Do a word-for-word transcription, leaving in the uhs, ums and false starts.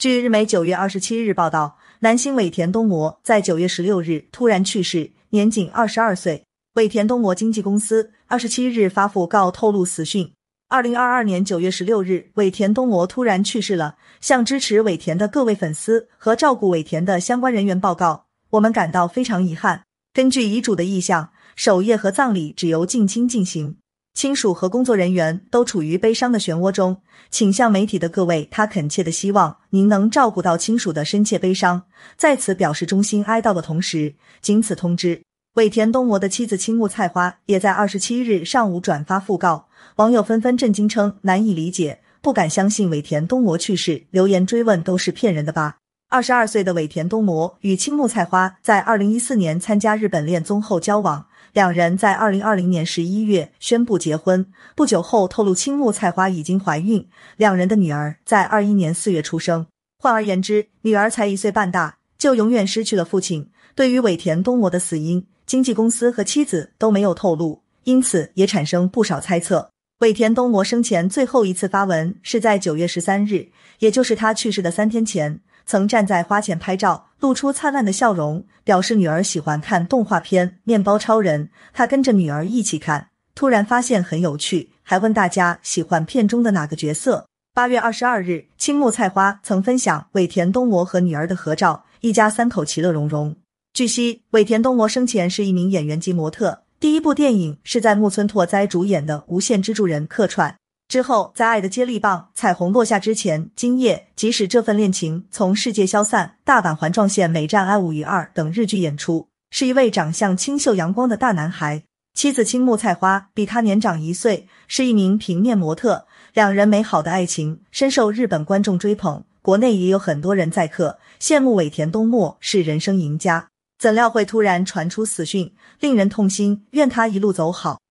据日媒九月二十七日报道，男星尾田东磨在九月十六日突然去世，年仅二十二岁。尾田东磨经纪公司二十七日发讣告透露死讯。二零二二年九月十六日，尾田东磨突然去世了，向支持尾田的各位粉丝和照顾尾田的相关人员报告，我们感到非常遗憾。根据遗嘱的意向，守夜和葬礼只由近亲进行，亲属和工作人员都处于悲伤的漩涡中，请向媒体的各位他恳切的希望您能照顾到亲属的深切悲伤，在此表示衷心哀悼的同时，仅此通知。尾田东磨的妻子青木菜花也在二十七日上午转发讣告，网友纷纷震惊称难以理解，不敢相信尾田东磨去世，留言追问都是骗人的吧。二十二岁的尾田东磨与青木菜花在二零一四年参加日本恋综后交往，两人在二零二零年十一月宣布结婚，不久后透露青木菜花已经怀孕，两人的女儿在二一年四月出生。换而言之，女儿才一岁半大，就永远失去了父亲。对于尾田东磨的死因，经纪公司和妻子都没有透露，因此也产生不少猜测。尾田东磨生前最后一次发文是在九月十三日，也就是他去世的三天前，曾站在花前拍照，露出灿烂的笑容，表示女儿喜欢看动画片《面包超人》，他跟着女儿一起看，突然发现很有趣，还问大家喜欢片中的哪个角色。八月二十二日，青木菜花曾分享尾田东磨和女儿的合照，一家三口其乐融融。据悉，尾田东磨生前是一名演员及模特，第一部电影是在木村拓哉主演的《无限之助人》客串。之后在《爱的接力棒》《彩虹落下之前》《今夜》即使这份恋情从世界消散、大阪环状线美战爱五与二等日剧演出，是一位长相清秀阳光的大男孩。妻子青木菜花比他年长一岁，是一名平面模特，两人美好的爱情深受日本观众追捧，国内也有很多人在客，羡慕尾田东磨是人生赢家。怎料会突然传出死讯，令人痛心，愿他一路走好。